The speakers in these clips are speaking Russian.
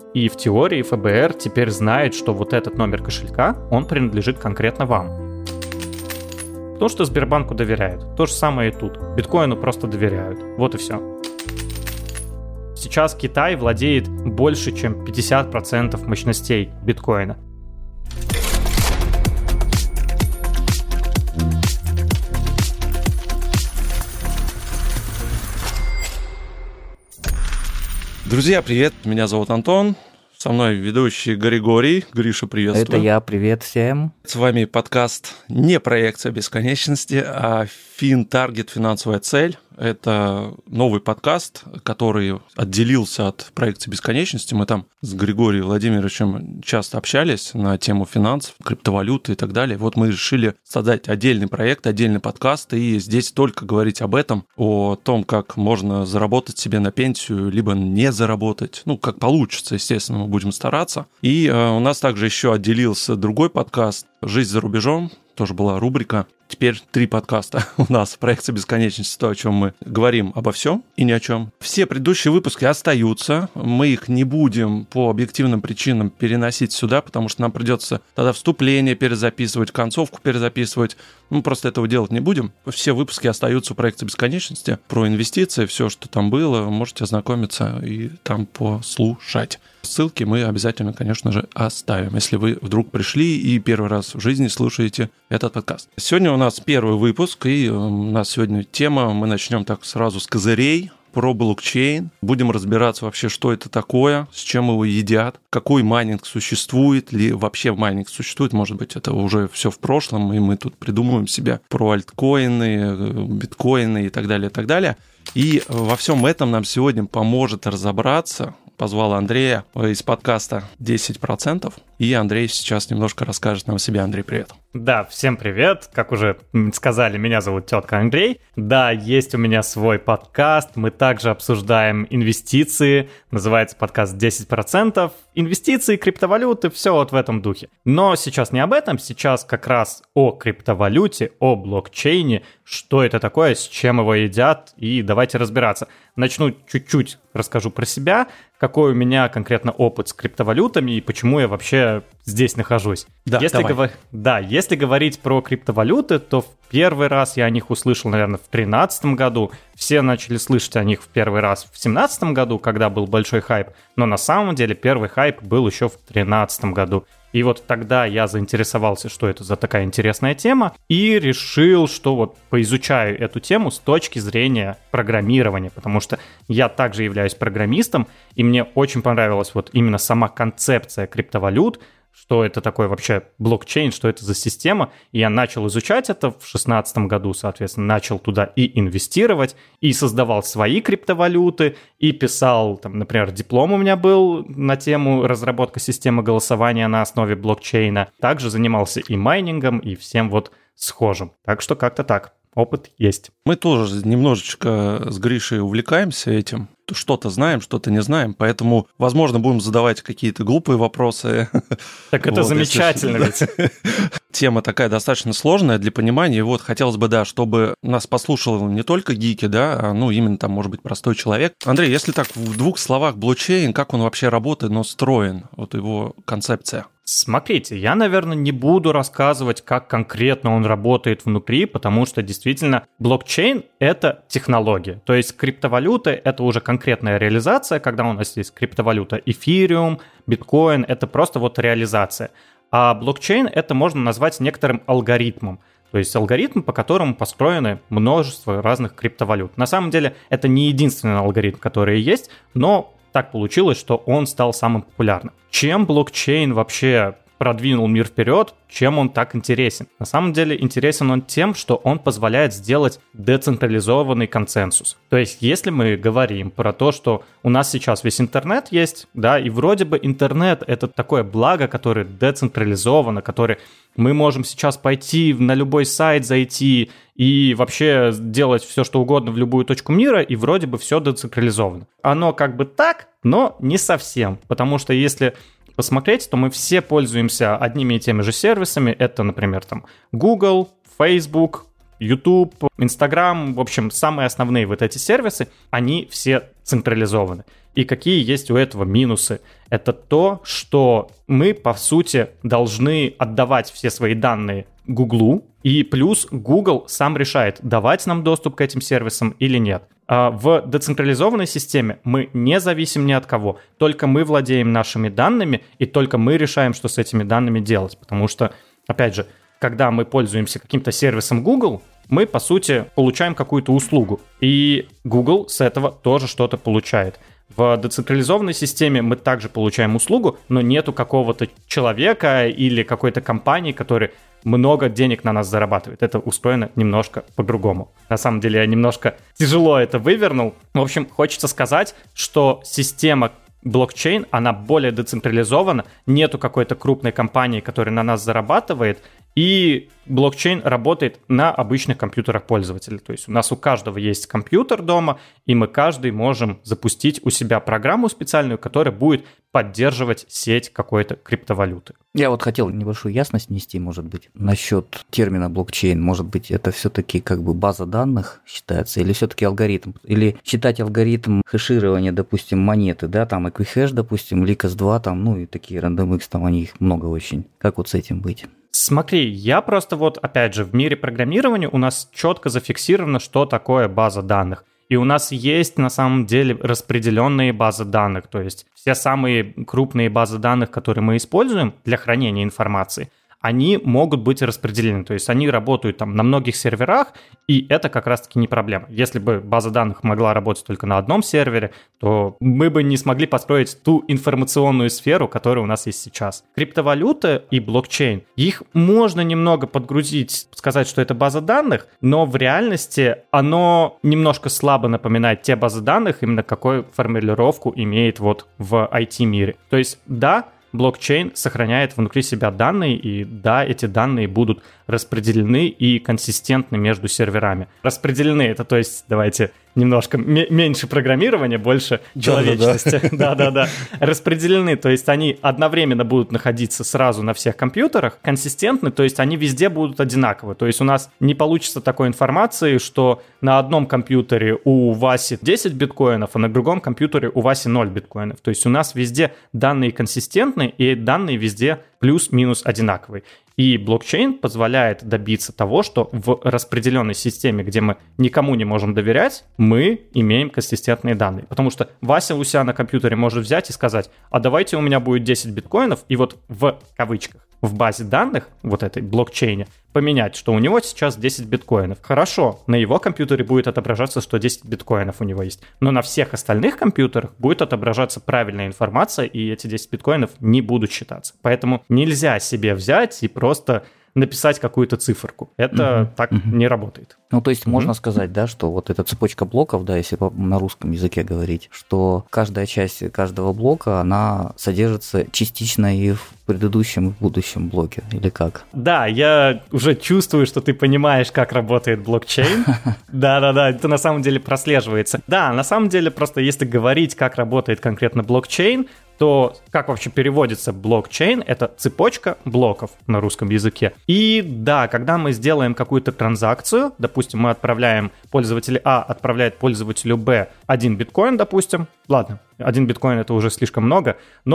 И в теории ФБР теперь знает, что вот этот номер кошелька, он принадлежит конкретно вам. То, что Сбербанку доверяют. То же самое и тут. Биткоину просто доверяют. Вот и все. Сейчас Китай владеет больше, чем 50% мощностей биткоина. Друзья, привет, меня зовут Антон, со мной ведущий Григорий. Гриша, приветствую. Это я, привет всем. С вами подкаст не «Проекция бесконечности», а FinTarget «Финансовая цель». Это новый подкаст, который отделился от проекции бесконечности. Мы там с Григорием Владимировичем часто общались на тему финансов, криптовалюты и так далее. Вот мы решили создать отдельный проект, отдельный подкаст, и здесь только говорить об этом, о том, как можно заработать себе на пенсию, либо не заработать. Ну, как получится, естественно, мы будем стараться. И у нас также еще отделился другой подкаст «Жизнь за рубежом». Тоже была рубрика. Теперь 3 подкаста у нас в проекте бесконечности, то, о чем мы говорим обо всем и ни о чем. Все предыдущие выпуски остаются. Мы их не будем по объективным причинам переносить сюда, потому что нам придется тогда вступление перезаписывать, концовку перезаписывать. Мы просто этого делать не будем. Все выпуски остаются в проекте бесконечности. Про инвестиции, все, что там было, можете ознакомиться и там послушать. Ссылки мы обязательно, конечно же, оставим, если вы вдруг пришли и первый раз в жизни слушаете этот подкаст. Сегодня у нас первый выпуск, и у нас сегодня тема, мы начнем так сразу с козырей, про блокчейн. Будем разбираться вообще, что это такое, с чем его едят, какой майнинг существует, ли вообще майнинг существует. Может быть, это уже все в прошлом, и мы тут придумываем себе про альткоины, биткоины и так далее, и так далее. И во всем этом нам сегодня поможет разобраться. Позвал Андрея из подкаста 10%. И Андрей сейчас немножко расскажет нам о себе. Андрей, привет. Да, всем привет. Как уже сказали, меня зовут тетка Андрей. Да, есть у меня свой подкаст. Мы также обсуждаем инвестиции. Называется подкаст 10%. Инвестиции, криптовалюты, все вот в этом духе. Но сейчас не об этом. Сейчас как раз о криптовалюте, о блокчейне. Что это такое, с чем его едят. И давайте разбираться. Начну чуть-чуть расскажу про себя, какой у меня конкретно опыт с криптовалютами и почему я вообще здесь нахожусь. Да, если говорить про криптовалюты, то в первый раз я о них услышал, наверное, в 2013 году. Все начали слышать о них в первый раз в 2017 году, когда был большой хайп. Но на самом деле первый хайп был еще в 2013 году. И вот тогда я заинтересовался, что это за такая интересная тема, и решил, что вот поизучаю эту тему с точки зрения программирования, потому что я также являюсь программистом, и мне очень понравилась вот именно сама концепция криптовалют, что это такое вообще блокчейн, что это за система. И я начал изучать это в 2016 году, соответственно, начал туда и инвестировать, и создавал свои криптовалюты, и писал, там, например, диплом у меня был на тему разработка системы голосования на основе блокчейна. Также занимался и майнингом, и всем вот схожим. Так что как-то так. Опыт есть. Мы тоже немножечко с Гришей увлекаемся этим. Что-то знаем, что-то не знаем, поэтому, возможно, будем задавать какие-то глупые вопросы. Так это замечательно ведь. Тема такая достаточно сложная для понимания, и вот хотелось бы, да, чтобы нас послушал не только гики, да, а, ну, именно там, может быть, простой человек. Андрей, если так в 2 словах блокчейн, как он вообще работает, но строен, вот его концепция? Смотрите, я, наверное, не буду рассказывать, как конкретно он работает внутри, потому что действительно блокчейн — это технология. То есть криптовалюта — это уже конкретная реализация, когда у нас есть криптовалюта эфириум, биткоин — это просто вот реализация. А блокчейн — это можно назвать некоторым алгоритмом. То есть алгоритм, по которому построены множество разных криптовалют. На самом деле это не единственный алгоритм, который есть, но так получилось, что он стал самым популярным. Чем блокчейн вообще продвинул мир вперед, чем он так интересен? На самом деле интересен он тем, что он позволяет сделать децентрализованный консенсус. То есть если мы говорим про то, что у нас сейчас весь интернет есть, да, и вроде бы интернет — это такое благо, которое децентрализовано, которое мы можем сейчас пойти на любой сайт, зайти и вообще делать все, что угодно в любую точку мира, и вроде бы все децентрализовано. Оно как бы так, но не совсем, потому что если посмотреть, то мы все пользуемся одними и теми же сервисами. Это, например, там Google, Facebook, YouTube, Instagram, в общем, самые основные вот эти сервисы, они все централизованы. И какие есть у этого минусы? Это то, что мы, по сути, должны отдавать все свои данные Гуглу, и плюс Google сам решает, давать нам доступ к этим сервисам или нет. А в децентрализованной системе мы не зависим ни от кого, только мы владеем нашими данными, и только мы решаем, что с этими данными делать. Потому что, опять же, когда мы пользуемся каким-то сервисом Google, мы, по сути, получаем какую-то услугу, и Google с этого тоже что-то получает. В децентрализованной системе мы также получаем услугу, но нету какого-то человека или какой-то компании, который много денег на нас зарабатывает. Это устроено немножко по-другому. На самом деле я немножко тяжело это вывернул. В общем, хочется сказать, что система блокчейн, она более децентрализована, нету какой-то крупной компании, которая на нас зарабатывает, и блокчейн работает на обычных компьютерах пользователей. То есть у каждого есть компьютер дома, и мы каждый можем запустить у себя программу специальную, которая будет поддерживать сеть какой-то криптовалюты. Я вот хотел небольшую ясность внести, может быть, насчет термина блокчейн. Может быть, это все-таки как бы база данных считается, или все-таки алгоритм? Или считать алгоритм хэширования, допустим, монеты, да, там Equihash, допустим, Likas 2, там, ну и такие RandomX, там они их много очень. Как вот с этим быть? Смотри, я просто вот, опять же, в мире программирования у нас четко зафиксировано, что такое база данных. И у нас есть, на самом деле, распределенные базы данных. То есть все самые крупные базы данных, которые мы используем для хранения информации, они могут быть распределены. То есть они работают там на многих серверах, и это как раз-таки не проблема. Если бы база данных могла работать только на одном сервере, то мы бы не смогли построить ту информационную сферу, которая у нас есть сейчас. Криптовалюта и блокчейн, их можно немного подгрузить, сказать, что это база данных, но в реальности оно немножко слабо напоминает те базы данных, именно какую формулировку имеет вот в IT-мире. То есть, да, блокчейн сохраняет внутри себя данные, и да, эти данные будут распределены и консистентны между серверами. Распределены — это, то есть, давайте немножко меньше программирования, больше человечности. Да-да-да. Распределены, то есть они одновременно будут находиться сразу на всех компьютерах, консистентны, то есть они везде будут одинаковы. То есть у нас не получится такой информации, что на одном компьютере у Васи 10 биткоинов, а на другом компьютере у Васи 0 биткоинов. То есть у нас везде данные консистентны, и данные везде плюс-минус одинаковые. И блокчейн позволяет добиться того, что в распределенной системе, где мы никому не можем доверять, мы имеем консистентные данные. Потому что Вася у себя на компьютере может взять и сказать, а давайте у меня будет 10 биткоинов, и вот в кавычках в базе данных, вот этой блокчейне, поменять, что у него сейчас 10 биткоинов. Хорошо, на его компьютере будет отображаться, что 10 биткоинов у него есть. Но на всех остальных компьютерах будет отображаться правильная информация, и эти 10 биткоинов не будут считаться. Поэтому нельзя себе взять и просто написать какую-то циферку. Это так не работает. Ну, то есть можно сказать, да, что вот эта цепочка блоков, да, если на русском языке говорить, что каждая часть каждого блока, она содержится частично и в предыдущем и в будущем блоке, или как? Да, я уже чувствую, что ты понимаешь, как работает блокчейн. Да-да-да, это на самом деле прослеживается. Да, на самом деле просто если говорить, как работает конкретно блокчейн, то как вообще переводится блокчейн? Это цепочка блоков на русском языке. И да, когда мы сделаем какую-то транзакцию, допустим, мы отправляем, пользователь А отправляет пользователю Б 1 биткоин, допустим, ладно, 1 биткоин это уже слишком много,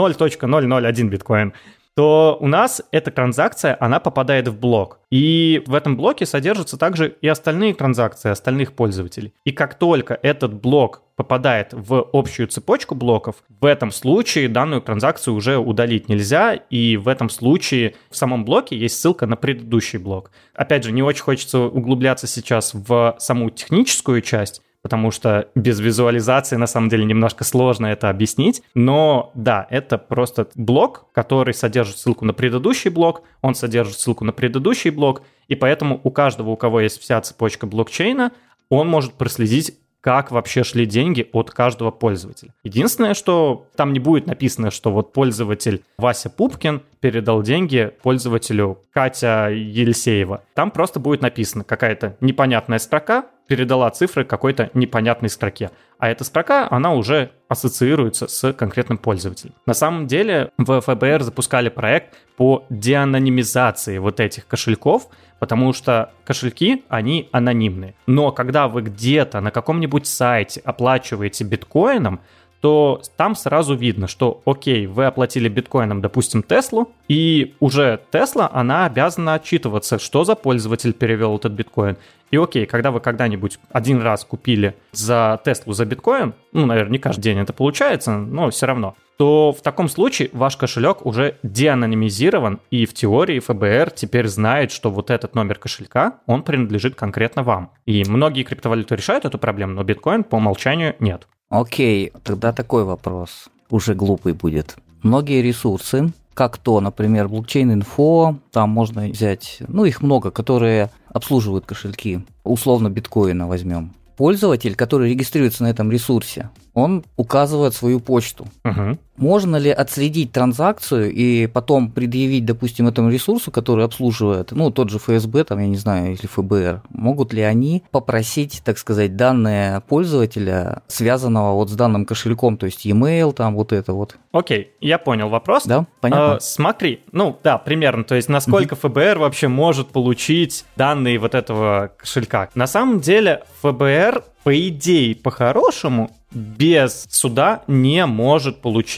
0.001 биткоин, то у нас эта транзакция, она попадает в блок. И в этом блоке содержатся также и остальные транзакции остальных пользователей. И как только этот блок попадает в общую цепочку блоков, в этом случае данную транзакцию уже удалить нельзя, и в этом случае в самом блоке есть ссылка на предыдущий блок. Опять же, не очень хочется углубляться сейчас в саму техническую часть, потому что без визуализации на самом деле немножко сложно это объяснить. Но да, это просто блок, который содержит ссылку на предыдущий блок, он содержит ссылку на предыдущий блок, и поэтому у каждого, у кого есть вся цепочка блокчейна, он может проследить, как вообще шли деньги от каждого пользователя. Единственное, что там не будет написано, что вот пользователь Вася Пупкин передал деньги пользователю Катя Елисеева. Там просто будет написано какая-то непонятная строка, передала цифры какой-то непонятной строке. А эта строка, она уже ассоциируется с конкретным пользователем. На самом деле в ФБР запускали проект по деанонимизации вот этих кошельков, потому что кошельки, они анонимные. Но когда вы где-то на каком-нибудь сайте оплачиваете биткоином, то там сразу видно, что, окей, вы оплатили биткоином, допустим, Теслу, и уже Тесла, она обязана отчитываться, что за пользователь перевел этот биткоин. И окей, когда вы когда-нибудь один раз купили за Теслу за биткоин, наверное, не каждый день это получается, но все равно, то в таком случае ваш кошелек уже деанонимизирован, и в теории ФБР теперь знает, что вот этот номер кошелька, он принадлежит конкретно вам. И многие криптовалюты решают эту проблему, но биткоин по умолчанию нет. Окей, тогда такой вопрос, уже глупый будет. Многие ресурсы, как то, например, блокчейн-инфо, там можно взять, их много, которые обслуживают кошельки, условно биткоина возьмем. Пользователь, который регистрируется на этом ресурсе, он указывает свою почту. Угу. Можно ли отследить транзакцию и потом предъявить, допустим, этому ресурсу, который обслуживает, тот же ФСБ, там, я не знаю, или ФБР, могут ли они попросить, так сказать, данные пользователя, связанного вот с данным кошельком, то есть e-mail, там вот это вот? Окей, я понял вопрос. Да, понятно? Смотри, примерно, то есть насколько ФБР вообще может получить данные вот этого кошелька. На самом деле ФБР, по идее, по-хорошему, без суда не может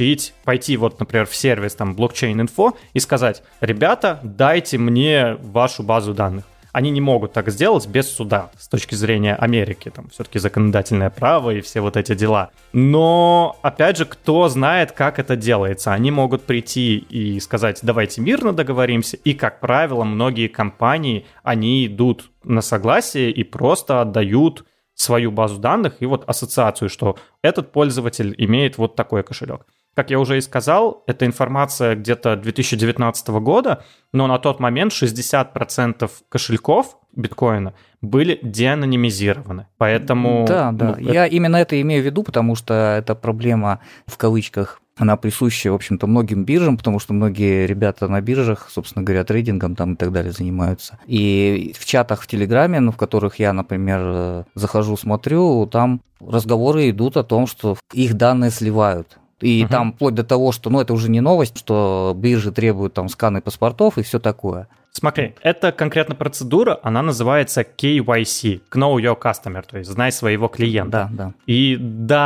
пойти вот, например, в сервис там блокчейн-инфо и сказать: ребята, дайте мне вашу базу данных. Они не могут так сделать без суда с точки зрения Америки, там все-таки законодательное право и все вот эти дела. Но, опять же, кто знает, как это делается? Они могут прийти и сказать: давайте мирно договоримся, и, как правило, многие компании, они идут на согласие и просто отдают свою базу данных и вот ассоциацию, что этот пользователь имеет вот такой кошелек. Как я уже и сказал, эта информация где-то 2019 года, но на тот момент 60% кошельков биткоина были деанонимизированы. Поэтому... Да. Я именно это имею в виду, потому что эта проблема, в кавычках, она присуща, в общем-то, многим биржам, потому что многие ребята на биржах, собственно говоря, трейдингом там и так далее занимаются. И в чатах в Телеграме, в которых я, например, захожу, смотрю, там разговоры идут о том, что их данные сливают. И там вплоть до того, что, это уже не новость, что биржи требуют там сканы паспортов и все такое. Смотри, эта конкретно процедура, она называется KYC, Know Your Customer, то есть знай своего клиента. Да. И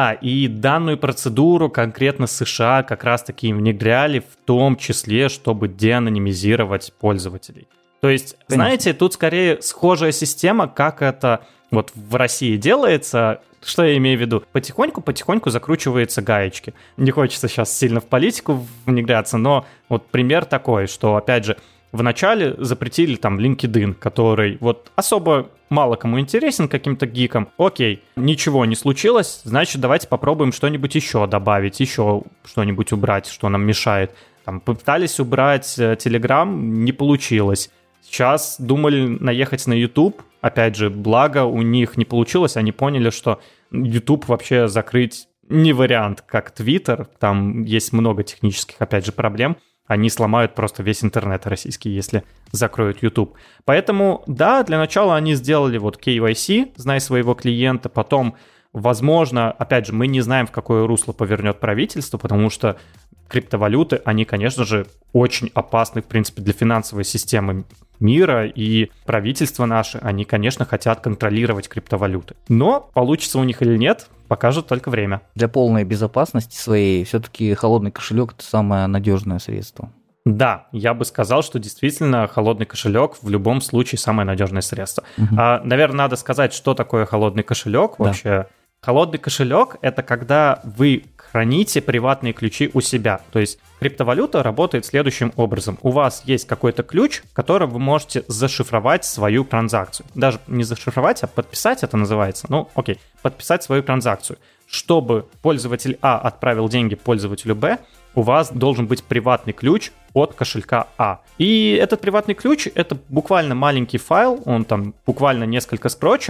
данную процедуру конкретно США как раз-таки внедряли в том числе, чтобы деанонимизировать пользователей. То есть, Конечно. Знаете, тут скорее схожая система, как это вот в России делается. Что я имею в виду? Потихоньку закручиваются гаечки. Не хочется сейчас сильно в политику внедряться, но вот пример такой, что, опять же, вначале запретили там LinkedIn, который вот особо мало кому интересен каким-то гикам. Окей, ничего не случилось, значит, давайте попробуем что-нибудь еще добавить, еще что-нибудь убрать, что нам мешает. Там попытались убрать Telegram, не получилось. Сейчас думали наехать на YouTube, опять же, благо у них не получилось, они поняли, что YouTube вообще закрыть не вариант, как Twitter, там есть много технических, опять же, проблем, они сломают просто весь интернет российский, если закроют YouTube. Поэтому, да, для начала они сделали вот KYC, знай своего клиента, потом, возможно, опять же, мы не знаем, в какое русло повернет правительство, потому что криптовалюты, они, конечно же, очень опасны, в принципе, для финансовой системы мира, и правительства наши, они, конечно, хотят контролировать криптовалюты. Но получится у них или нет, покажет только время. Для полной безопасности своей все-таки холодный кошелек – это самое надежное средство. Да, я бы сказал, что действительно холодный кошелек в любом случае самое надежное средство. Наверное, надо сказать, что такое холодный кошелек вообще. Холодный кошелек – это когда вы храните приватные ключи у себя. То есть криптовалюта работает следующим образом. У вас есть какой-то ключ, которым вы можете зашифровать свою транзакцию. Даже не зашифровать, а подписать это называется. Подписать свою транзакцию. Чтобы пользователь А отправил деньги пользователю Б, у вас должен быть приватный ключ от кошелька А. И этот приватный ключ – это буквально маленький файл, он там буквально несколько строчек,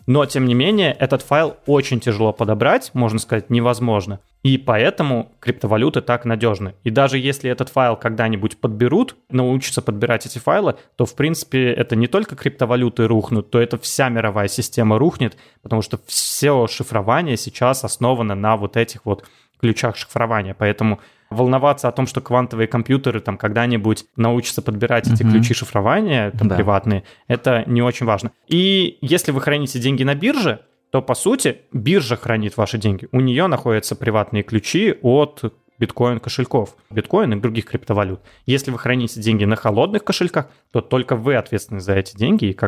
Но, тем не менее, этот файл очень тяжело подобрать, можно сказать, невозможно. И поэтому криптовалюты так надежны. И даже если этот файл когда-нибудь подберут, научатся подбирать эти файлы, то, в принципе, это не только криптовалюты рухнут, то это вся мировая система рухнет, потому что все шифрование сейчас основано на вот этих вот ключах шифрования. Поэтому волноваться о том, что квантовые компьютеры там когда-нибудь научатся подбирать эти ключи шифрования там, приватные, это не очень важно. И если вы храните деньги на бирже, то, по сути, биржа хранит ваши деньги. У нее находятся приватные ключи от биткоин-кошельков, биткоин и других криптовалют. Если вы храните деньги на холодных кошельках, то только вы ответственны за эти деньги, и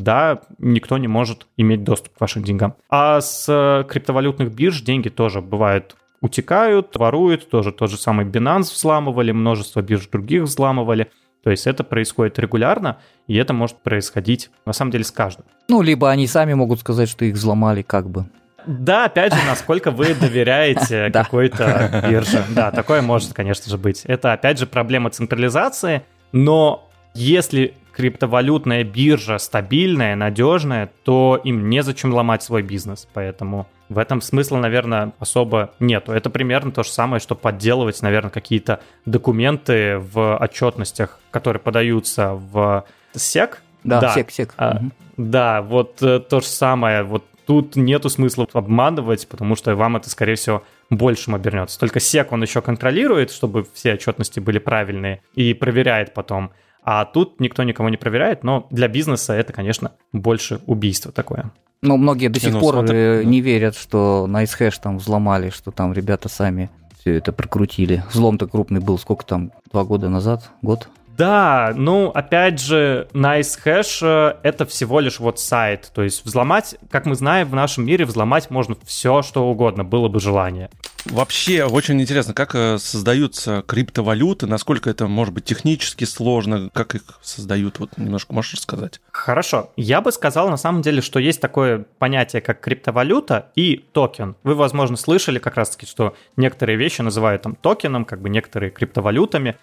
никто не может иметь доступ к вашим деньгам. А с криптовалютных бирж деньги тоже бывают утекают, воруют, тоже тот же самый Binance взламывали, множество бирж других взламывали. То есть это происходит регулярно, и это может происходить, на самом деле, с каждым. Либо они сами могут сказать, что их взломали как бы. Да, опять же, насколько вы доверяете какой-то бирже. Да, такое может, конечно же, быть. Это, опять же, проблема централизации, но если криптовалютная биржа стабильная, надежная, то им незачем ломать свой бизнес, поэтому в этом смысла, наверное, особо нету. Это примерно то же самое, что подделывать, наверное, какие-то документы в отчетностях, которые подаются в SEC. Да, SEC. Да, вот то же самое. Вот тут нету смысла обманывать, потому что вам это, скорее всего, большим обернется. Только SEC он еще контролирует, чтобы все отчетности были правильные, и проверяет потом. А тут никто никого не проверяет, но для бизнеса это, конечно, больше убийство такое. Но многие до сих пор не верят, что NiceHash там взломали, что там ребята сами все это прокрутили. Взлом-то крупный был, сколько там, 2 года назад? Год? Да, опять же, NiceHash — это всего лишь вот сайт. То есть взломать, как мы знаем, в нашем мире взломать можно все, что угодно, было бы желание. Вообще, очень интересно, как создаются криптовалюты, насколько это может быть технически сложно, как их создают, вот немножко можешь рассказать? Хорошо. Я бы сказал, на самом деле, что есть такое понятие, как криптовалюта и токен. Вы, возможно, слышали как раз-таки, что некоторые вещи называют там токеном, некоторые криптовалютами.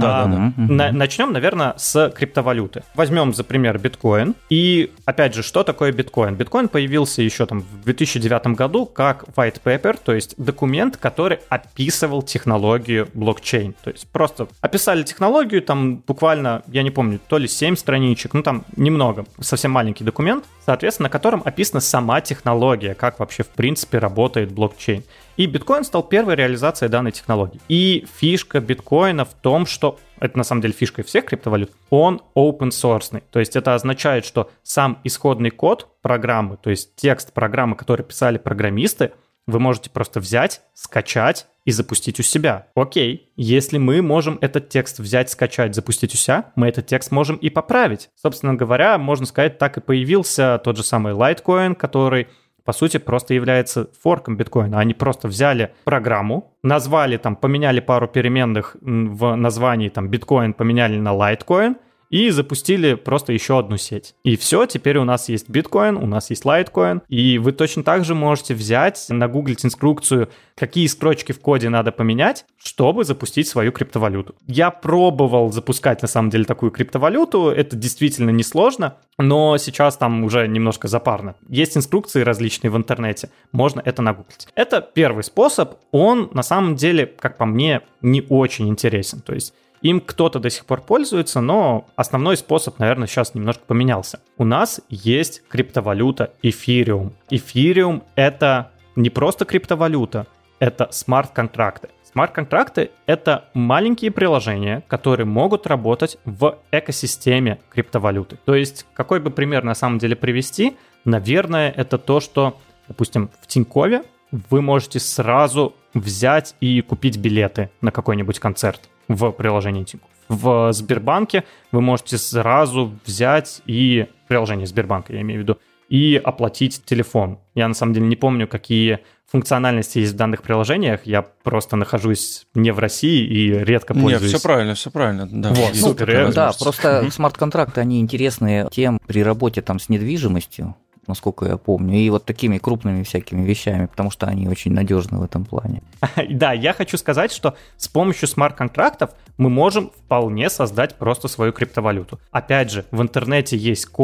Начнем, наверное, с криптовалюты. Возьмем за пример биткоин. И, опять же, что такое биткоин? Биткоин появился еще там в 2009 году как white paper, то есть документ, который описывал технологию блокчейн. То есть просто описали технологию, там буквально, я не помню, то ли 7 страничек, там немного, совсем маленький документ, соответственно, на котором описана сама технология, как вообще в принципе работает блокчейн. И биткоин стал первой реализацией данной технологии. И фишка биткоина в том, что, это на самом деле фишка всех криптовалют, он open source. То есть это означает, что сам исходный код программы, то есть текст программы, который писали программисты, вы можете просто взять, скачать и запустить у себя. Окей, если мы можем этот текст взять, скачать, запустить у себя, мы этот текст можем и поправить. Собственно говоря, можно сказать, так и появился тот же самый Litecoin, который, по сути, просто является форком биткоина. Они просто взяли программу, назвали поменяли пару переменных в названии, биткоин поменяли на Litecoin, и запустили просто еще одну сеть. И все, теперь у нас есть биткоин, у нас есть Litecoin, и вы точно так же можете взять, нагуглить инструкцию, какие строчки в коде надо поменять, чтобы запустить свою криптовалюту. Я пробовал запускать, на самом деле, такую криптовалюту, это действительно несложно, но сейчас там уже немножко запарно. Есть инструкции различные в интернете, можно это нагуглить. Это первый способ, он, на самом деле, как по мне, не очень интересен, то есть им кто-то до сих пор пользуется, но основной способ, наверное, сейчас немножко поменялся. У нас есть криптовалюта Ethereum. Ethereum — это не просто криптовалюта, это смарт-контракты. Смарт-контракты — это маленькие приложения, которые могут работать в экосистеме криптовалюты. То есть, какой бы пример на самом деле привести, наверное, это то, что, допустим, в Тинькове вы можете сразу взять и купить билеты на какой-нибудь концерт в приложении Тинькофф. В Сбербанке вы можете сразу взять и приложение Сбербанка, я имею в виду, и оплатить телефон. Я на самом деле не помню, какие функциональности есть в данных приложениях. Я просто нахожусь не в России и редко пользуюсь. Нет, все правильно. Да, вот, супер. Да, просто смарт-контракты, они интересны тем при работе с недвижимостью, насколько я помню, и вот такими крупными всякими вещами, потому что они очень надежны в этом плане. Да, я хочу сказать, что с помощью смарт-контрактов мы можем вполне создать просто свою криптовалюту. Опять же, в интернете есть код,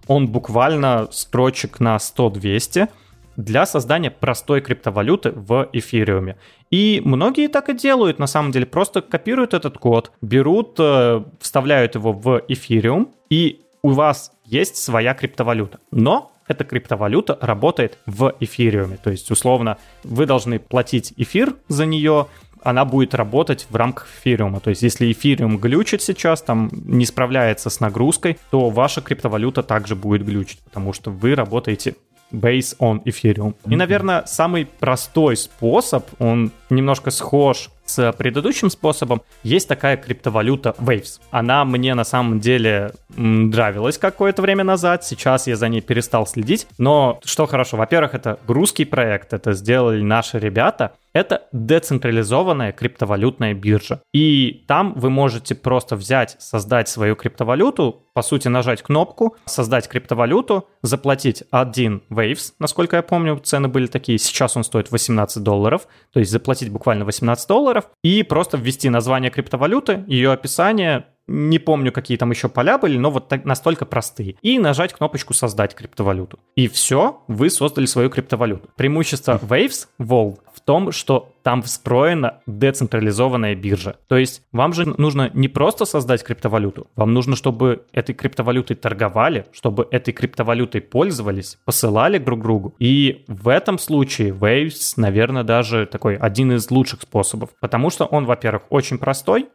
он буквально строчек на 100-200 для создания простой криптовалюты в эфириуме. И многие так и делают, на самом деле, просто копируют этот код, берут, вставляют его в эфириум, и у вас есть своя криптовалюта. Но эта криптовалюта работает в эфириуме. То есть, условно, вы должны платить эфир за нее, она будет работать в рамках эфириума. То есть, если эфириум глючит сейчас, там не справляется с нагрузкой, то ваша криптовалюта также будет глючить, потому что вы работаете based on Ethereum. И, наверное, самый простой способ, он немножко схож с предыдущим способом, есть такая криптовалюта Waves. Она мне на самом деле нравилась какое-то время назад, сейчас я за ней перестал следить, но что хорошо, во-первых, это русский проект, это сделали наши ребята, это децентрализованная криптовалютная биржа. И там вы можете просто взять, создать свою криптовалюту, по сути нажать кнопку, создать криптовалюту, заплатить 1 Waves, насколько я помню, цены были такие, сейчас он стоит $18, то есть заплатить буквально $18, и просто ввести название криптовалюты, ее описание, не помню, какие там еще поля были, но вот так, настолько простые. И нажать кнопочку «Создать криптовалюту». И все, вы создали свою криптовалюту. Преимущество Waves, Vol, в том, что там встроена децентрализованная биржа. То есть вам же нужно не просто создать криптовалюту, вам нужно, чтобы этой криптовалютой торговали, чтобы этой криптовалютой пользовались, посылали друг другу. И в этом случае Waves, наверное, даже такой один из лучших способов, потому что он, во-первых, очень простой,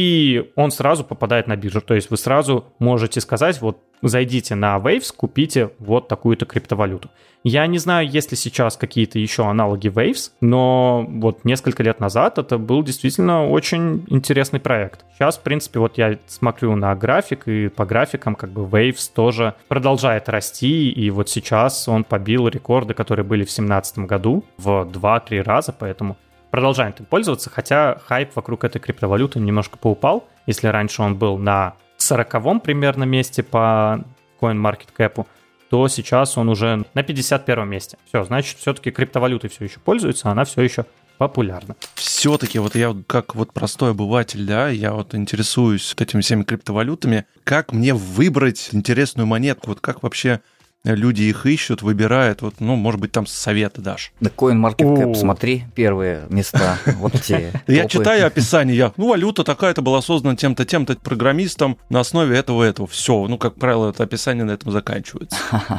и он сразу попадает на биржу. То есть вы сразу можете сказать, вот зайдите на Waves, купите вот такую-то криптовалюту. Я не знаю, есть ли сейчас какие-то еще аналоги Waves, но вот несколько лет назад это был действительно очень интересный проект. Сейчас, в принципе, вот я смотрю на график, и по графикам как бы Waves тоже продолжает расти, и вот сейчас он побил рекорды, которые были в 2017 году в 2-3 раза, поэтому продолжаем им пользоваться, хотя хайп вокруг этой криптовалюты немножко поупал. Если раньше он был на 40-м примерно месте по CoinMarketCap, то сейчас он уже на 51-м месте. Все, значит, все-таки криптовалютой все еще пользуются, она все еще популярна. Все-таки вот я как вот простой обыватель, да, я вот интересуюсь вот этими всеми криптовалютами. Как мне выбрать интересную монетку? Вот как вообще люди их ищут, выбирают, вот, ну, может быть, там советы дашь. На CoinMarketCap смотри, первые места, вот те. Я читаю описание, валюта такая-то была создана тем-то программистом на основе этого. Все, ну, как правило, это описание на этом заканчивается.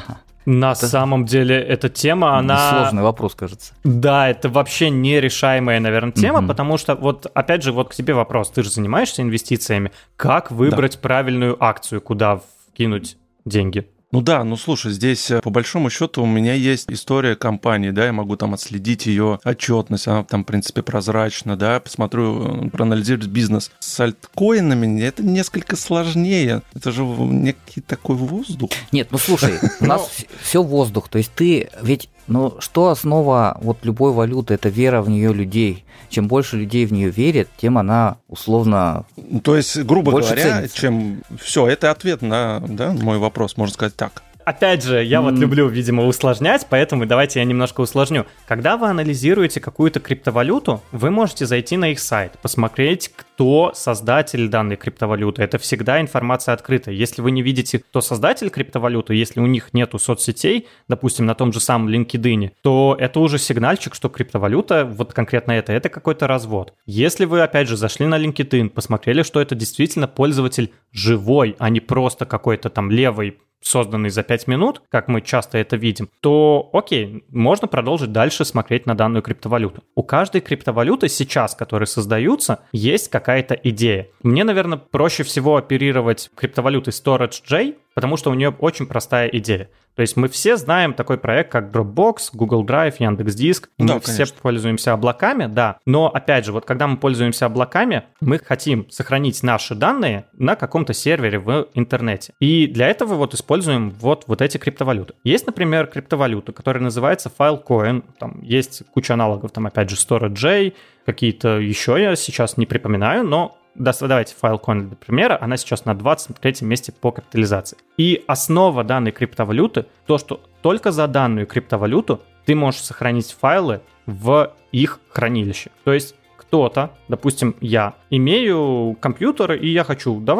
На самом деле эта тема, она... Сложный вопрос, кажется. Да, это вообще нерешаемая, наверное, тема, потому что, вот, опять же, вот к тебе вопрос. Ты же занимаешься инвестициями. Как выбрать правильную акцию, куда вкинуть деньги? Ну да, ну слушай, здесь по большому счету у меня есть история компании, да, я могу там отследить ее отчетность, она там, в принципе, прозрачна, да, посмотрю, проанализировать бизнес. С альткоинами это несколько сложнее, это же некий такой воздух. Нет, ну слушай, у нас все воздух, то есть ты ведь, ну что основа вот любой валюты, это вера в нее людей. Чем больше людей в нее верит, тем она условно. То есть, грубо говоря, ценится. чем все, это ответ на, да, мой вопрос, можно сказать так. Опять же, я вот люблю, видимо, усложнять, поэтому давайте я немножко усложню. Когда вы анализируете какую-то криптовалюту, вы можете зайти на их сайт, посмотреть, кто создатель данной криптовалюты. Это всегда информация открытая. Если вы не видите, кто создатель криптовалюты, если у них нету соцсетей, допустим, на том же самом LinkedIn, то это уже сигнальчик, что криптовалюта, вот конкретно это какой-то развод. Если вы, опять же, зашли на LinkedIn, посмотрели, что это действительно пользователь живой, а не просто какой-то там левый, созданный за 5 минут, как мы часто это видим, то окей, можно продолжить дальше смотреть на данную криптовалюту. У каждой криптовалюты сейчас, которые создаются, есть какая-то идея. Мне, наверное, проще всего оперировать криптовалютой StorageJ, потому что у нее очень простая идея. То есть мы все знаем такой проект, как Dropbox, Google Drive, Яндекс.Диск. Да, мы все пользуемся облаками, да. Но, опять же, вот когда мы пользуемся облаками, мы хотим сохранить наши данные на каком-то сервере в интернете. И для этого вот используем вот эти криптовалюты. Есть, например, криптовалюта, которая называется Filecoin. Там есть куча аналогов, там, опять же, StorageJ, какие-то еще я сейчас не припоминаю, но давайте Filecoin для примера, она сейчас на 23-м месте по капитализации. И основа данной криптовалюты, то, что только за данную криптовалюту ты можешь сохранить файлы в их хранилище. То есть кто-то, допустим, я имею компьютер, и я хочу, давай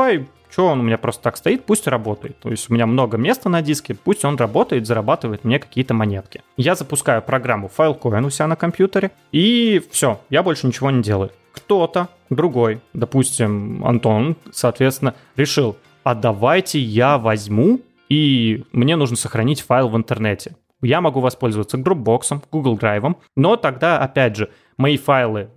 Что он у меня просто так стоит, пусть работает. То есть у меня много места на диске, пусть он работает, зарабатывает мне какие-то монетки. Я запускаю программу Filecoin у себя на компьютере, и все, я больше ничего не делаю. Кто-то другой, допустим, Антон, соответственно, решил, а давайте я возьму, и мне нужно сохранить файл в интернете. Я могу воспользоваться Dropbox, Google Drive, но тогда, опять же, мои файлы,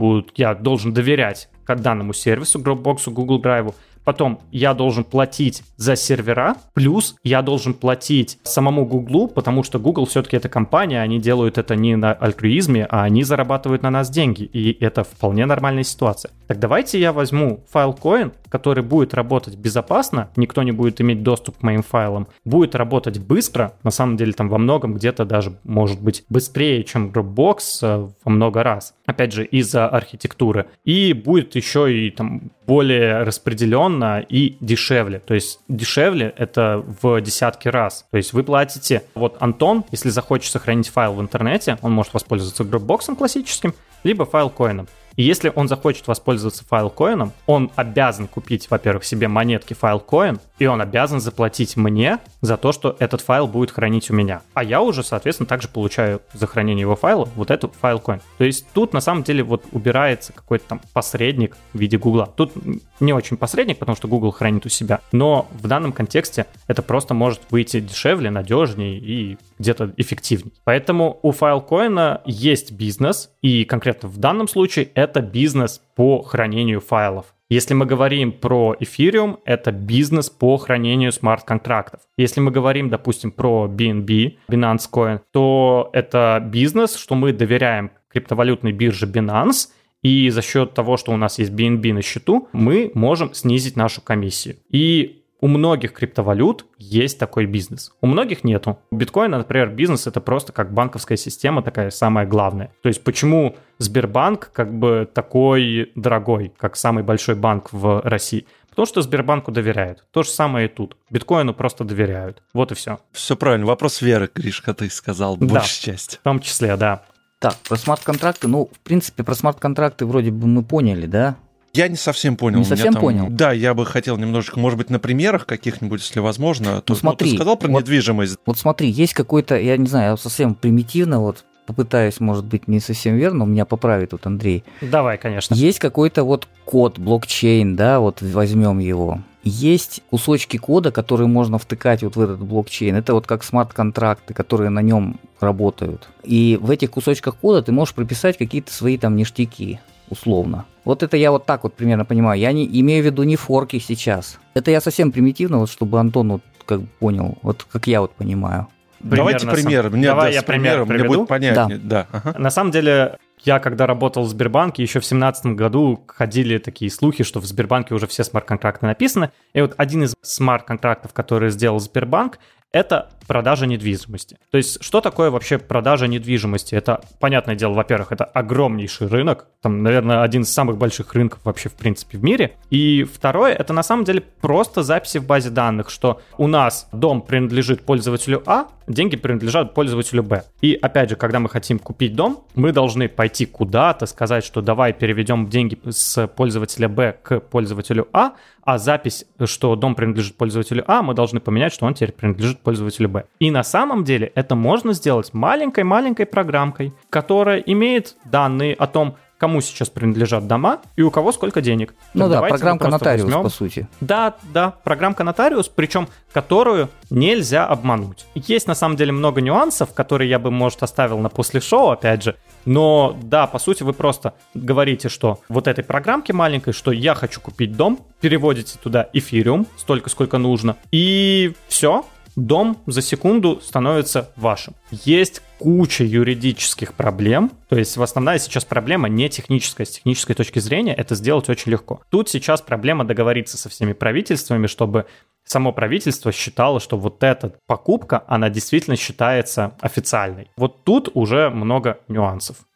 я должен доверять к данному сервису, Dropbox, Google Drive. Потом я должен платить за сервера, плюс я должен платить самому Google, потому что Google все-таки это компания, они делают это не на альтруизме, а они зарабатывают на нас деньги, и это вполне нормальная ситуация. Так давайте я возьму Filecoin, который будет работать безопасно, никто не будет иметь доступ к моим файлам, будет работать быстро, на самом деле там во многом где-то даже может быть быстрее, чем Dropbox во много раз, опять же из-за архитектуры, и будет еще и там более распределенно и дешевле. То есть дешевле это в десятки раз. То есть вы платите... Вот Антон, если захочет сохранить файл в интернете, он может воспользоваться Dropbox классическим, либо Filecoin. И если он захочет воспользоваться Filecoin, он обязан купить, во-первых, себе монетки Filecoin, и он обязан заплатить мне за то, что этот файл будет хранить у меня. А я уже, соответственно, также получаю за хранение его файла вот эту Filecoin. То есть тут на самом деле вот убирается какой-то там посредник в виде Гугла. Тут не очень посредник, потому что Google хранит у себя, но в данном контексте это просто может выйти дешевле, надежнее и где-то эффективнее. Поэтому у Filecoin есть бизнес, и конкретно в данном случае это бизнес по хранению файлов. Если мы говорим про Ethereum, это бизнес по хранению смарт-контрактов. Если мы говорим, допустим, про BNB, Binance Coin, то это бизнес, что мы доверяем криптовалютной бирже Binance, и за счет того, что у нас есть BNB на счету, мы можем снизить нашу комиссию. И у многих криптовалют есть такой бизнес. У многих нету. У биткоина, например, бизнес — это просто как банковская система, такая самая главная. То есть почему Сбербанк как бы такой дорогой, как самый большой банк в России? Потому что Сбербанку доверяют. То же самое и тут. Биткоину просто доверяют. Вот и все. Все правильно. Вопрос веры, Гришка, ты сказал, большая часть. В том числе, да. Так, про смарт-контракты, в принципе, про смарт-контракты вроде бы мы поняли, да? Я не совсем понял. Не совсем понял? Да, я бы хотел немножечко, может быть, на примерах каких-нибудь, если возможно. Смотри, ты сказал про недвижимость. Вот смотри, есть какой-то, я не знаю, я совсем примитивно попытаюсь, может быть, не совсем верно, меня поправит тут Андрей. Давай, конечно. Есть какой-то код, блокчейн, да, возьмем его. Есть кусочки кода, которые можно втыкать в этот блокчейн. Это как смарт-контракты, которые на нем работают. И в этих кусочках кода ты можешь прописать какие-то свои там ништяки, условно. Это я так примерно понимаю. Я не имею в виду не форки сейчас. Это я совсем примитивно, чтобы Антон как понял, как я понимаю. Давайте пример. Давай я пример мне будет понятнее. Да. Ага. На самом деле, я когда работал в Сбербанке, еще в 2017 году ходили такие слухи, что в Сбербанке уже все смарт-контракты написаны. И один из смарт-контрактов, который сделал Сбербанк, это продажа недвижимости. То есть, что такое вообще продажа недвижимости? Это, понятное дело, во-первых, это огромнейший рынок, там, наверное, один из самых больших рынков вообще, в принципе, в мире. И второе, это на самом деле просто записи в базе данных, что у нас дом принадлежит пользователю А, деньги принадлежат пользователю Б. И, опять же, когда мы хотим купить дом, мы должны пойти куда-то, сказать, что давай переведем деньги с пользователя Б к пользователю А запись, что дом принадлежит пользователю А, мы должны поменять, что он теперь принадлежит пользователю Б. И на самом деле это можно сделать маленькой-маленькой программкой, которая имеет данные о том, кому сейчас принадлежат дома и у кого сколько денег. Программка нотариус, по сути. Да, программка нотариус, причем которую нельзя обмануть. Есть на самом деле много нюансов, которые я бы, может, оставил на после шоу, опять же. Но да, по сути, вы просто говорите, что этой программке маленькой, что я хочу купить дом, переводите туда Ethereum, столько, сколько нужно, и все. Дом за секунду становится вашим. Есть куча юридических проблем, то есть основная сейчас проблема не техническая. С технической точки зрения это сделать очень легко. Тут сейчас проблема договориться со всеми правительствами, чтобы само правительство считало, что эта покупка, она действительно считается официальной. Тут уже много нюансов.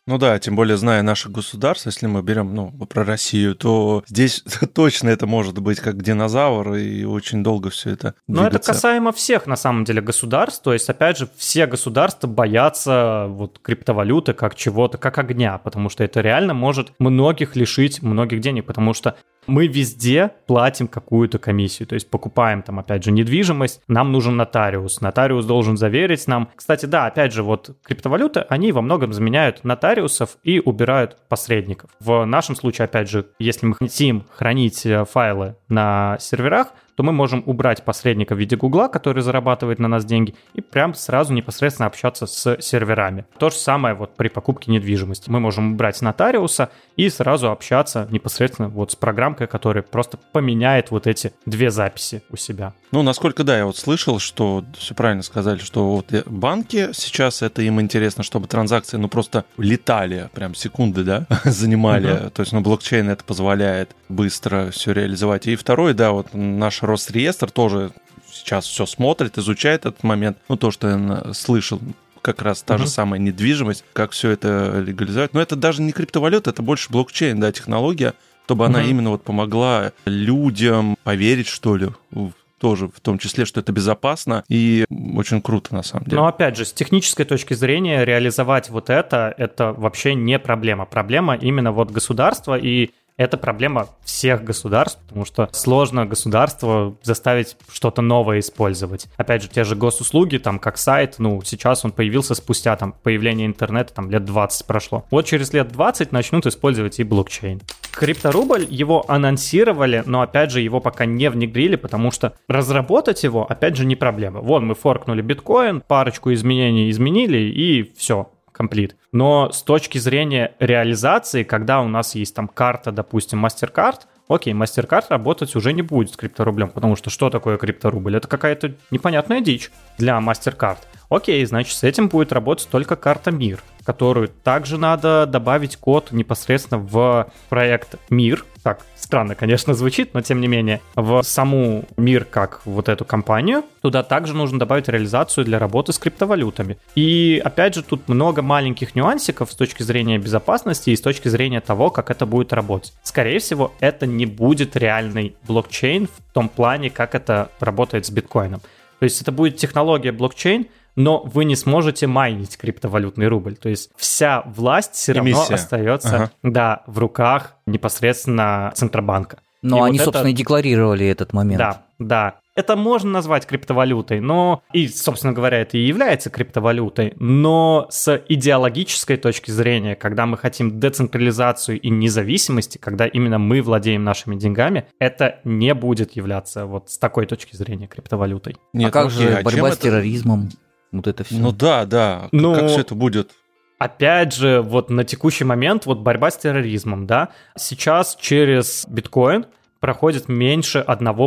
Ну да, тем более, зная наше государство, если мы берем, про Россию, то здесь точно это может быть как динозавр, и очень долго все это двигаться. Но это касаемо всех, на самом деле, государств. То есть, опять же, все государства боятся вот криптовалюты как чего-то, как огня, потому что это реально может многих лишить многих денег, потому что мы везде платим какую-то комиссию, то есть покупаем там, опять же, недвижимость, нам нужен нотариус должен заверить нам. Кстати, да, опять же, вот криптовалюты, они во многом заменяют нотариусов и убирают посредников. В нашем случае, опять же, если мы хотим хранить файлы на серверах, то мы можем убрать посредника в виде Гугла, который зарабатывает на нас деньги, и прям сразу непосредственно общаться с серверами. То же самое вот при покупке недвижимости. Мы можем убрать нотариуса и сразу общаться непосредственно вот с программкой, которая просто поменяет вот эти две записи у себя. Насколько, да, я вот слышал, что все правильно сказали, что вот банки сейчас, это им интересно, чтобы транзакции, просто летали, прям секунды, да, занимали. То есть, блокчейн это позволяет быстро все реализовать. И второй, да, вот наш Росреестр тоже сейчас все смотрит, изучает этот момент. То, что я слышал, как раз та же самая недвижимость, как все это легализовать. Но это даже не криптовалюта, это больше блокчейн, да, технология, чтобы она именно вот помогла людям поверить, что ли, тоже в том числе, что это безопасно и очень круто на самом деле. Но опять же, с технической точки зрения реализовать вот это вообще не проблема. Проблема именно вот государства, и это проблема всех государств, потому что сложно государство заставить что-то новое использовать. Опять же, те же госуслуги, там, как сайт, сейчас он появился спустя появление интернета, лет 20 прошло. Вот через лет 20 начнут использовать и блокчейн. Крипторубль, его анонсировали, но, опять же, его пока не внедрили, потому что разработать его, опять же, не проблема. Вон, мы форкнули биткоин, парочку изменений изменили, и все. Комплит. Но с точки зрения реализации, когда у нас есть там карта, допустим, MasterCard, окей, MasterCard работать уже не будет с крипторублем, потому что такое крипторубль? Это какая-то непонятная дичь для MasterCard. Окей, значит, с этим будет работать только карта МИР, которую также надо добавить код непосредственно в проект МИР. Так, странно, конечно, звучит, но тем не менее, в саму МИР, как вот эту компанию, туда также нужно добавить реализацию для работы с криптовалютами. И, опять же, тут много маленьких нюансиков с точки зрения безопасности и с точки зрения того, как это будет работать. Скорее всего, это не будет реальный блокчейн в том плане, как это работает с биткоином. То есть это будет технология блокчейн, но вы не сможете майнить криптовалютный рубль. То есть вся власть все равно остается в руках непосредственно Центробанка. Но они, собственно, и декларировали этот момент. Да. Это можно назвать криптовалютой, и, собственно говоря, это и является криптовалютой, но с идеологической точки зрения, когда мы хотим децентрализацию и независимости, когда именно мы владеем нашими деньгами, это не будет являться вот с такой точки зрения криптовалютой. Нет, а как же борьба с терроризмом? Вот это все. Да. Как все это будет? Опять же, вот на текущий момент вот борьба с терроризмом, да, сейчас через биткоин проходит меньше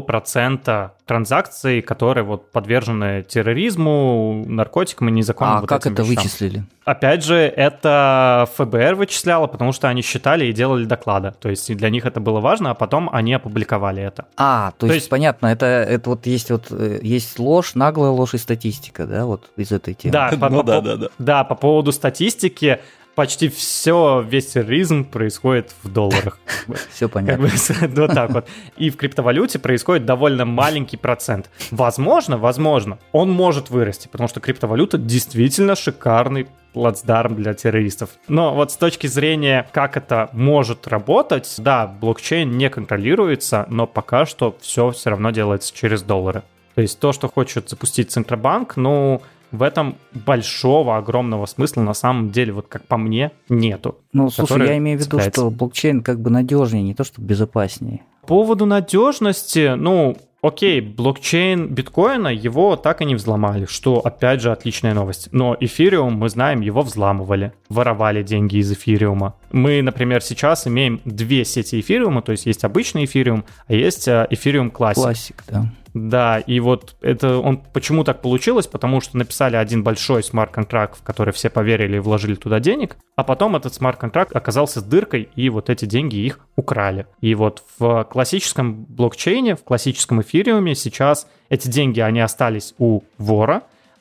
1% транзакций, которые вот подвержены терроризму, наркотикам и незаконным вот как этим это вещам. Вычислили? Опять же, это ФБР вычисляло, потому что они считали и делали доклады. То есть для них это было важно, а потом они опубликовали это. То есть понятно, это вот есть ложь, наглая ложь и статистика, да, вот из этой темы. Да, по поводу статистики, почти весь терроризм происходит в долларах. Все понятно. Вот так вот. И в криптовалюте происходит довольно маленький процент. Возможно, он может вырасти, потому что криптовалюта действительно шикарный плацдарм для террористов. Но вот с точки зрения, как это может работать, да, блокчейн не контролируется, но пока что все равно делается через доллары. То есть то, что хочет запустить Центробанк, в этом большого, огромного смысла на самом деле, вот как по мне, нету. Слушай, я имею в виду, что блокчейн как бы надежнее, не то что безопаснее. По поводу надежности, окей, блокчейн биткоина, его так и не взломали, что, опять же, отличная новость. Но эфириум, мы знаем, его взламывали, воровали деньги из эфириума. Мы, например, сейчас имеем две сети эфириума, то есть обычный эфириум, а есть эфириум Classic. Classic, да. Да, и вот почему так получилось? Потому что написали один большой смарт-контракт, в который все поверили и вложили туда денег, а потом этот смарт-контракт оказался с дыркой, и вот эти деньги их украли. И вот в классическом блокчейне, в классическом эфириуме сейчас эти деньги, они остались у вора,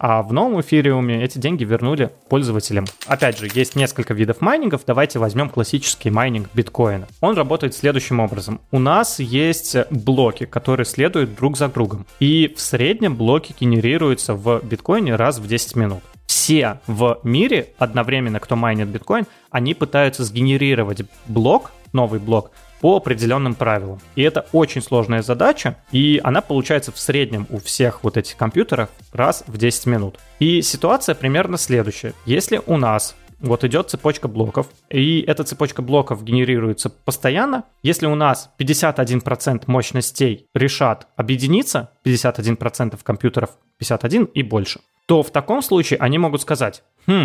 а в новом эфириуме эти деньги вернули пользователям. Опять же, есть несколько видов майнингов. Давайте возьмем классический майнинг биткоина. Он работает следующим образом. У нас есть блоки, которые следуют друг за другом. И в среднем блоки генерируются в биткоине раз в 10 минут. Все в мире одновременно, кто майнит биткоин, они пытаются сгенерировать блок, новый блок, по определенным правилам. И это очень сложная задача, и она получается в среднем у всех вот этих компьютеров раз в 10 минут. И ситуация примерно следующая. Если у нас вот идет цепочка блоков, и эта цепочка блоков генерируется постоянно, если у нас 51% мощностей решат объединиться, 51% компьютеров 51 и больше, то в таком случае они могут сказать,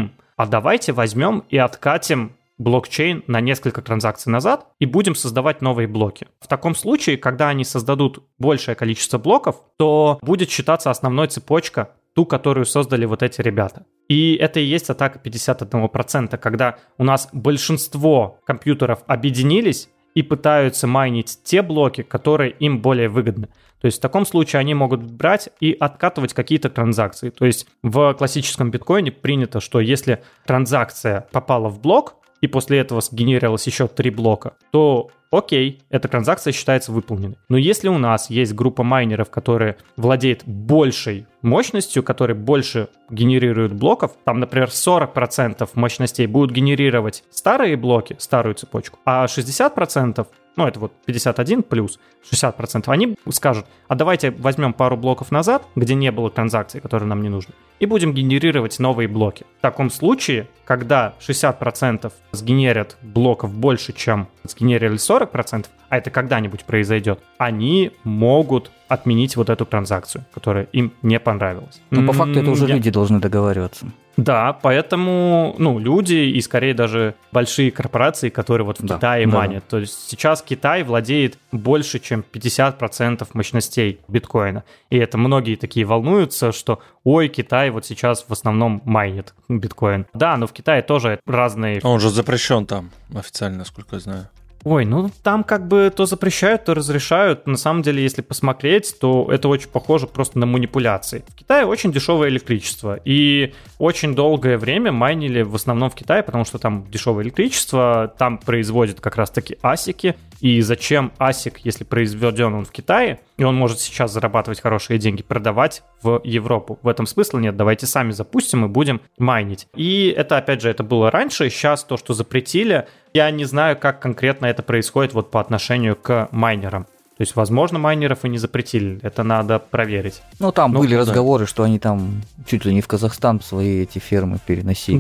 а давайте возьмем и откатим блокчейн на несколько транзакций назад и будем создавать новые блоки. В таком случае, когда они создадут большее количество блоков, то будет считаться основной цепочка, ту, которую создали вот эти ребята. И это и есть атака 51%, когда у нас большинство компьютеров объединились и пытаются майнить те блоки, которые им более выгодны. То есть в таком случае они могут брать и откатывать какие-то транзакции. То есть в классическом биткоине принято, что если транзакция попала в блок, и после этого сгенерировалось еще 3 блока, то окей, эта транзакция считается выполненной. Но если у нас есть группа майнеров, которые владеют большей мощностью, которые больше генерируют блоков, там, например, 40% мощностей будут генерировать старые блоки, старую цепочку, а 60%, ну это вот 51 плюс 60%, они скажут, а давайте возьмем пару блоков назад, где не было транзакций, которые нам не нужны, и будем генерировать новые блоки. В таком случае, когда 60% сгенерят блоков больше, чем сгенерили 40%, а это когда-нибудь произойдет, они могут отменить вот эту транзакцию, которая им не понравилась. Но по факту это уже люди должны договариваться. Да, поэтому, люди и скорее даже большие корпорации, которые вот в Китае майнят. То есть сейчас Китай владеет больше, чем 50% мощностей биткоина. И это многие такие волнуются, что ой, Китай вот сейчас в основном майнит биткоин. Да, но в Китае тоже разные... Он же запрещен там официально, насколько я знаю. Ой, там как бы то запрещают, то разрешают. На самом деле, если посмотреть, то это очень похоже просто на манипуляции. В Китае очень дешевое электричество, и очень долгое время майнили в основном в Китае, потому что там дешевое электричество, там производят как раз-таки асики. И зачем асик, если произведен он в Китае, и он может сейчас зарабатывать хорошие деньги, продавать в Европу? В этом смысла нет, давайте сами запустим и будем майнить. И это, опять же, это было раньше, сейчас то, что запретили, я не знаю, как конкретно это происходит вот по отношению к майнерам. То есть, возможно, майнеров и не запретили, это надо проверить. Там были разговоры, что они там чуть ли не в Казахстан свои эти фермы переносили.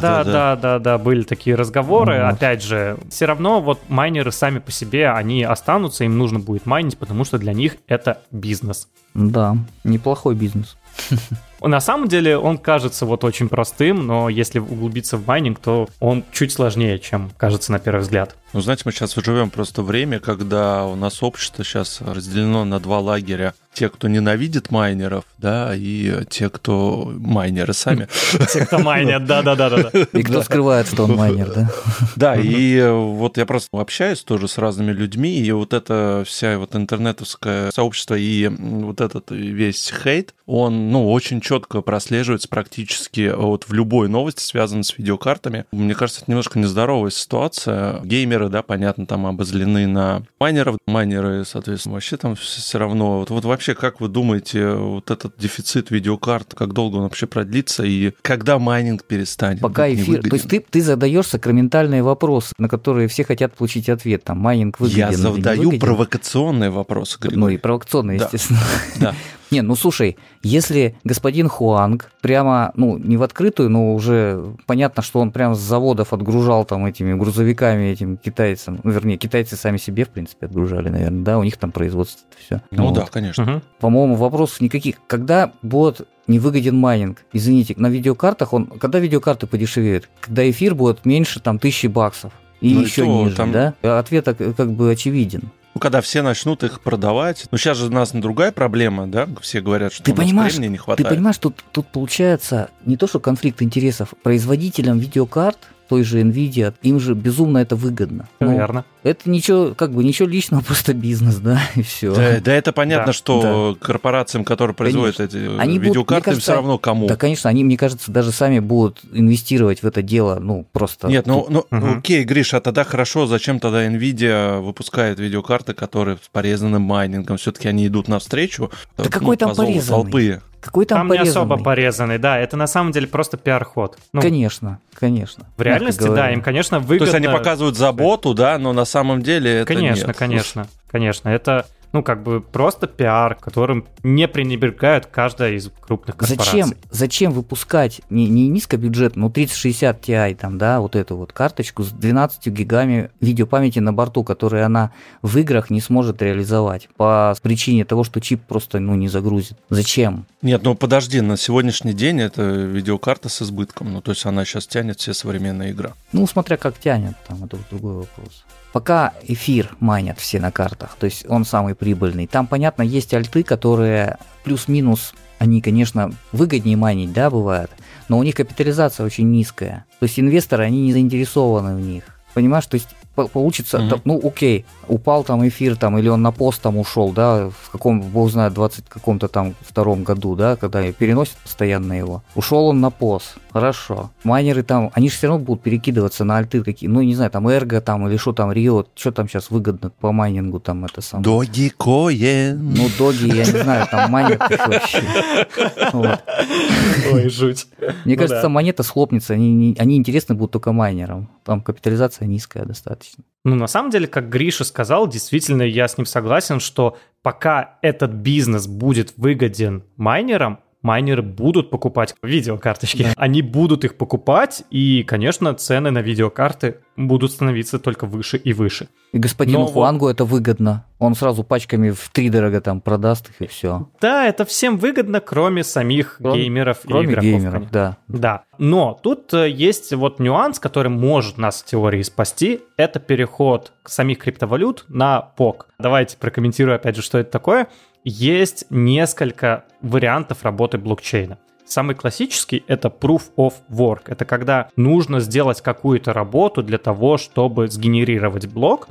Да, были такие разговоры. Опять же, все равно вот майнеры сами по себе, они останутся, им нужно будет майнить, потому что для них это бизнес. Да, неплохой бизнес. На самом деле он кажется вот очень простым, но если углубиться в майнинг, то он чуть сложнее, чем кажется на первый взгляд. Знаете, мы сейчас живем просто время, когда у нас общество сейчас разделено на 2 лагеря. Те, кто ненавидит майнеров, да, и те, кто майнеры сами. Те, кто майнят, да. И кто скрывает, что он майнер, да? Да, и вот я просто общаюсь тоже с разными людьми, и вот это вся вот интернетовское сообщество и вот этот весь хейт, он, очень четко прослеживается практически вот в любой новости, связанной с видеокартами. Мне кажется, это немножко нездоровая ситуация. Геймеры, да, понятно, там обозлены на майнеров. Майнеры, соответственно, вообще там все равно. Вот вообще, как вы думаете, вот этот дефицит видеокарт, как долго он вообще продлится и когда майнинг перестанет? Пока эфир. То есть ты задаешь сакраментальные вопросы, на которые все хотят получить ответ. Там майнинг выгоден. Я задаю провокационные вопросы, Григорий. И провокационные, да. естественно. Да. Не, слушай, если господин Хуанг прямо, не в открытую, но уже понятно, что он прямо с заводов отгружал там этими грузовиками этим китайцам, вернее, китайцы сами себе, в принципе, отгружали, наверное, да, у них там производство все. Да, конечно. Угу. По-моему, вопросов никаких. Когда будет невыгоден майнинг? Извините, на видеокартах когда видеокарты подешевеют? Когда эфир будет меньше там $1000 и еще ниже, там... да? Ответ как бы очевиден. Когда все начнут их продавать. Сейчас же у нас другая проблема, да? Все говорят, что у нас времени не хватает. Ты понимаешь, тут получается не то, что конфликт интересов. Производителям видеокарт той же Nvidia, им же безумно это выгодно. Верно. Это ничего личного, просто бизнес, да, и все. Да, это понятно, что корпорациям, которые производят эти видеокарты, им все равно кому. Да, конечно, они, мне кажется, даже сами будут инвестировать в это дело, просто... Нет, окей, Гриш, а тогда хорошо, зачем тогда Nvidia выпускает видеокарты, которые с порезанным майнингом? Все-таки они идут навстречу. Да какой там порезанный? Толпы. Какой там порезанный? Не особо порезанный, да, это на самом деле просто пиар-ход. Конечно. В реальности, да, им, конечно, выгодно... То есть они показывают заботу, да, но на самом деле это нет. Конечно, это... просто пиар, которым не пренебрегают каждая из крупных корпораций. Зачем выпускать не низкобюджетную, 3060 Ti, эту вот карточку с 12 гигами видеопамяти на борту, которую она в играх не сможет реализовать по причине того, что чип просто не загрузит. Зачем? Нет, подожди, на сегодняшний день это видеокарта с избытком, то есть она сейчас тянет все современные игры. Смотря как тянет, это другой вопрос. Пока эфир майнят все на картах, то есть он самый прибыльный. Там, понятно, есть альты, которые плюс-минус, они, конечно, выгоднее майнить, да, бывает, но у них капитализация очень низкая. То есть инвесторы, они не заинтересованы в них. Понимаешь, то есть получится, окей, упал там эфир, или он на пост ушел, да, в каком, бог знает, 20 каком-то там втором году, да, когда переносят постоянно его. Ушел он на пост, хорошо. Майнеры они же все равно будут перекидываться на альты какие, не знаю, Эрго или что там, Рио, что там сейчас выгодно по майнингу это самое. Dogecoin. Доги, я не знаю, там майнят вообще. Ой, жуть. Мне кажется, монета схлопнется, они интересны будут только майнерам. Там капитализация низкая достаточно. На самом деле, как Гриша сказал, действительно, я с ним согласен, что пока этот бизнес будет выгоден майнерам, майнеры будут покупать видеокарточки. Да. Они будут их покупать, и, конечно, цены на видеокарты будут становиться только выше и выше. И господину Хуангу это выгодно. Он сразу пачками втридорога продаст их, и все. Да, это всем выгодно, кроме самих геймеров и игроков. Геймеров, да. Да. Но тут есть нюанс, который может нас в теории спасти. Это переход самих криптовалют на POC. Давайте прокомментирую опять же, что это такое. Есть несколько вариантов работы блокчейна. Самый классический — это Proof of Work. Это когда нужно сделать какую-то работу для того, чтобы сгенерировать блок,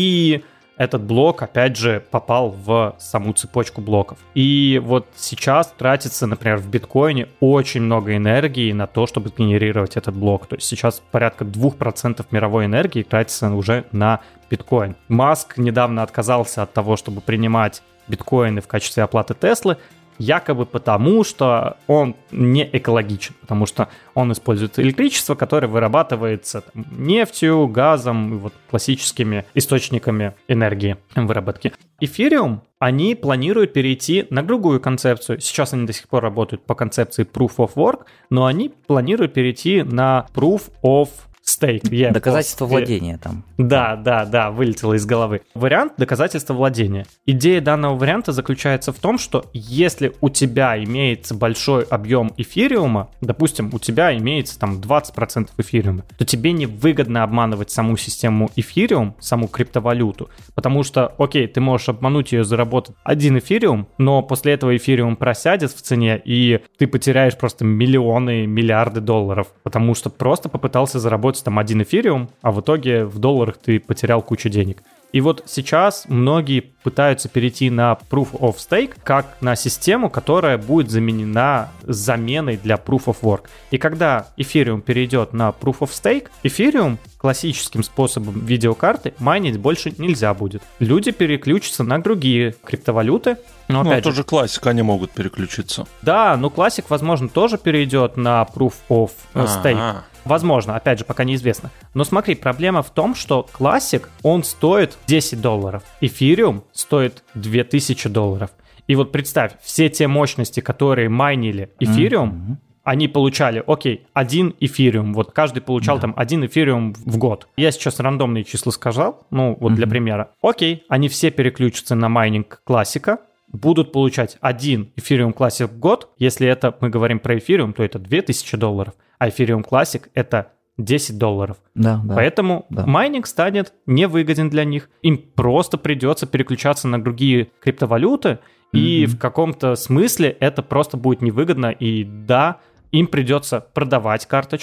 и этот блок, опять же, попал в саму цепочку блоков. И сейчас тратится, например, в биткоине очень много энергии на то, чтобы сгенерировать этот блок. То есть сейчас порядка 2% мировой энергии тратится уже на биткоин. Маск недавно отказался от того, чтобы принимать биткоины в качестве оплаты Теслы, якобы потому, что он не экологичен, потому что он использует электричество, которое вырабатывается нефтью, газом и классическими источниками энергии выработки. Эфириум, они планируют перейти на другую концепцию. Сейчас они до сих пор работают по концепции Proof of Work, но они планируют перейти на Proof of Stake. Доказательство владения там. Да, вылетело из головы. Вариант доказательства владения. Идея данного варианта заключается в том, что если у тебя имеется большой объем эфириума, допустим, у тебя имеется 20% эфириума, то тебе невыгодно обманывать саму систему эфириум, саму криптовалюту, потому что, окей, ты можешь обмануть ее, заработать 1 эфириум, но после этого эфириум просядет в цене, и ты потеряешь просто миллионы, миллиарды долларов, потому что просто попытался заработать 1 эфириум, а в итоге в долларах ты потерял кучу денег. И сейчас многие пытаются перейти на Proof of Stake как на систему, которая будет заменена заменой для Proof of Work. И когда эфириум перейдет на Proof of Stake, эфириум классическим способом видеокарты майнить больше нельзя будет. Люди переключатся на другие криптовалюты. Но опять тоже Classic они могут переключиться. Да, Classic, возможно, тоже перейдет на Proof of Stake. Возможно, опять же, пока неизвестно. Но смотри, проблема в том, что Classic, он стоит $10. Эфириум стоит $2000. И представь, все те мощности, которые майнили эфириум, они получали, 1 эфириум. Каждый получал 1 эфириум в год. Я сейчас рандомные числа сказал, для примера. Они все переключатся на майнинг классика, будут получать 1 эфириум Classic в год. Если это мы говорим про эфириум, то это $2000, а эфириум Classic это $10. Да. Поэтому майнинг станет невыгоден для них. Им просто придется переключаться на другие криптовалюты, и в каком-то смысле это просто будет невыгодно. И да, им придется продавать карточки,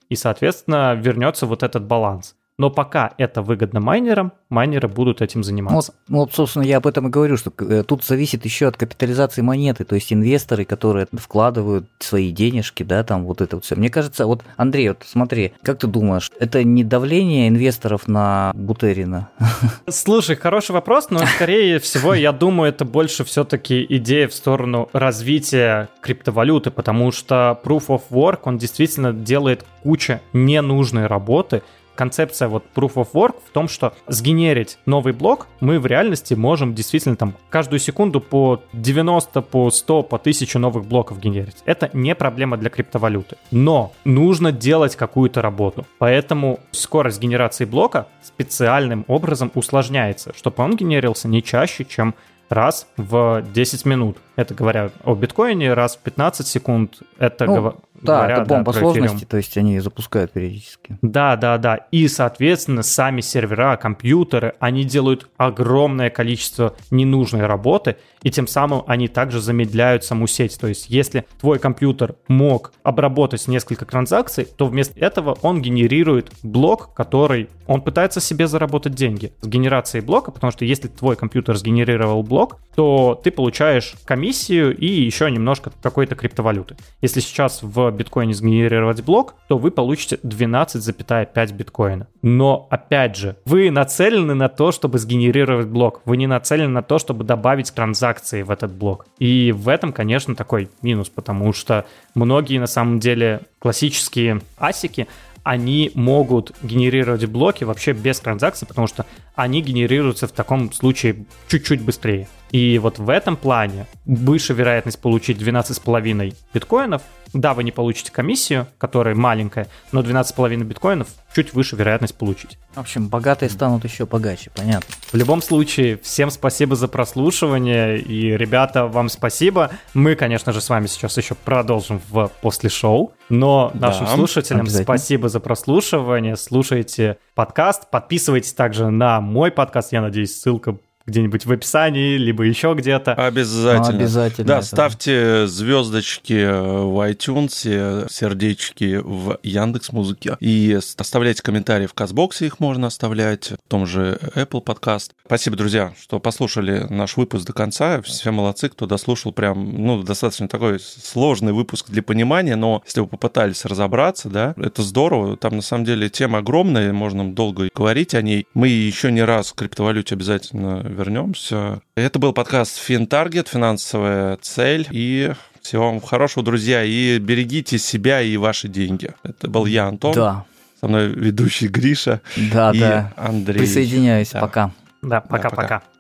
и, соответственно, вернется вот этот баланс. Но пока это выгодно майнерам, майнеры будут этим заниматься. Вот, собственно, я об этом и говорю, что тут зависит еще от капитализации монеты, то есть инвесторы, которые вкладывают свои денежки, да, там вот это вот все. Мне кажется, вот, Андрей, вот смотри, как ты думаешь, это не давление инвесторов на Бутерина? Слушай, хороший вопрос, но, скорее всего, я думаю, это больше все-таки идея в сторону развития криптовалюты, потому что Proof of Work, он действительно делает кучу ненужной работы. Концепция вот Proof of Work в том, что сгенерить новый блок мы в реальности можем действительно там каждую секунду по 90, по 100, по 1000 новых блоков генерить. Это не проблема для криптовалюты. Но нужно делать какую-то работу. Поэтому скорость генерации блока специальным образом усложняется, чтобы он генерился не чаще, чем раз в 10 минут. Это говоря о биткоине, раз в 15 секунд. Это да, это бомба сложности, то есть они запускают периодически. Да. И, соответственно, сами сервера, компьютеры, они делают огромное количество ненужной работы, и тем самым они также замедляют саму сеть. То есть если твой компьютер мог обработать несколько транзакций, то вместо этого он генерирует блок, который... Он пытается себе заработать деньги с генерацией блока, потому что если твой компьютер сгенерировал блок, то ты получаешь комиссию и еще немножко какой-то криптовалюты. Если сейчас в биткоине сгенерировать блок, то вы получите 12,5 биткоина. Но, опять же, вы нацелены на то, чтобы сгенерировать блок. Вы не нацелены на то, чтобы добавить транзакции в этот блок. И в этом, конечно, такой минус, потому что многие, на самом деле, классические асики, они могут генерировать блоки вообще без транзакций, потому что они генерируются в таком случае чуть-чуть быстрее. И вот в этом плане выше вероятность получить 12,5 биткоинов. Да, вы не получите комиссию, которая маленькая, но 12,5 биткоинов чуть выше вероятность получить. В общем, богатые станут еще богаче, понятно. В любом случае, всем спасибо за прослушивание, и, ребята, вам спасибо. Мы, конечно же, с вами сейчас еще продолжим в после шоу, но нашим слушателям спасибо за прослушивание. Слушайте подкаст, подписывайтесь также на мой подкаст, я надеюсь, ссылка где-нибудь в описании, либо еще где-то. Обязательно. Да, ставьте звездочки в iTunes, сердечки в Яндекс.Музыке. И оставляйте комментарии в Казбоксе, их можно оставлять, в том же Apple Podcast. Спасибо, друзья, что послушали наш выпуск до конца. Все молодцы, кто дослушал прям, достаточно такой сложный выпуск для понимания, но если вы попытались разобраться, да, это здорово. Там, на самом деле, тема огромная, можно долго говорить о ней. Мы еще не раз к криптовалюте обязательно вернемся. Это был подкаст FinTarget, финансовая цель. И всего вам хорошего, друзья. И берегите себя и ваши деньги. Это был я, Антон. Да. Со мной ведущий Гриша и Андрей. Присоединяюсь. Пока. Да, пока-пока.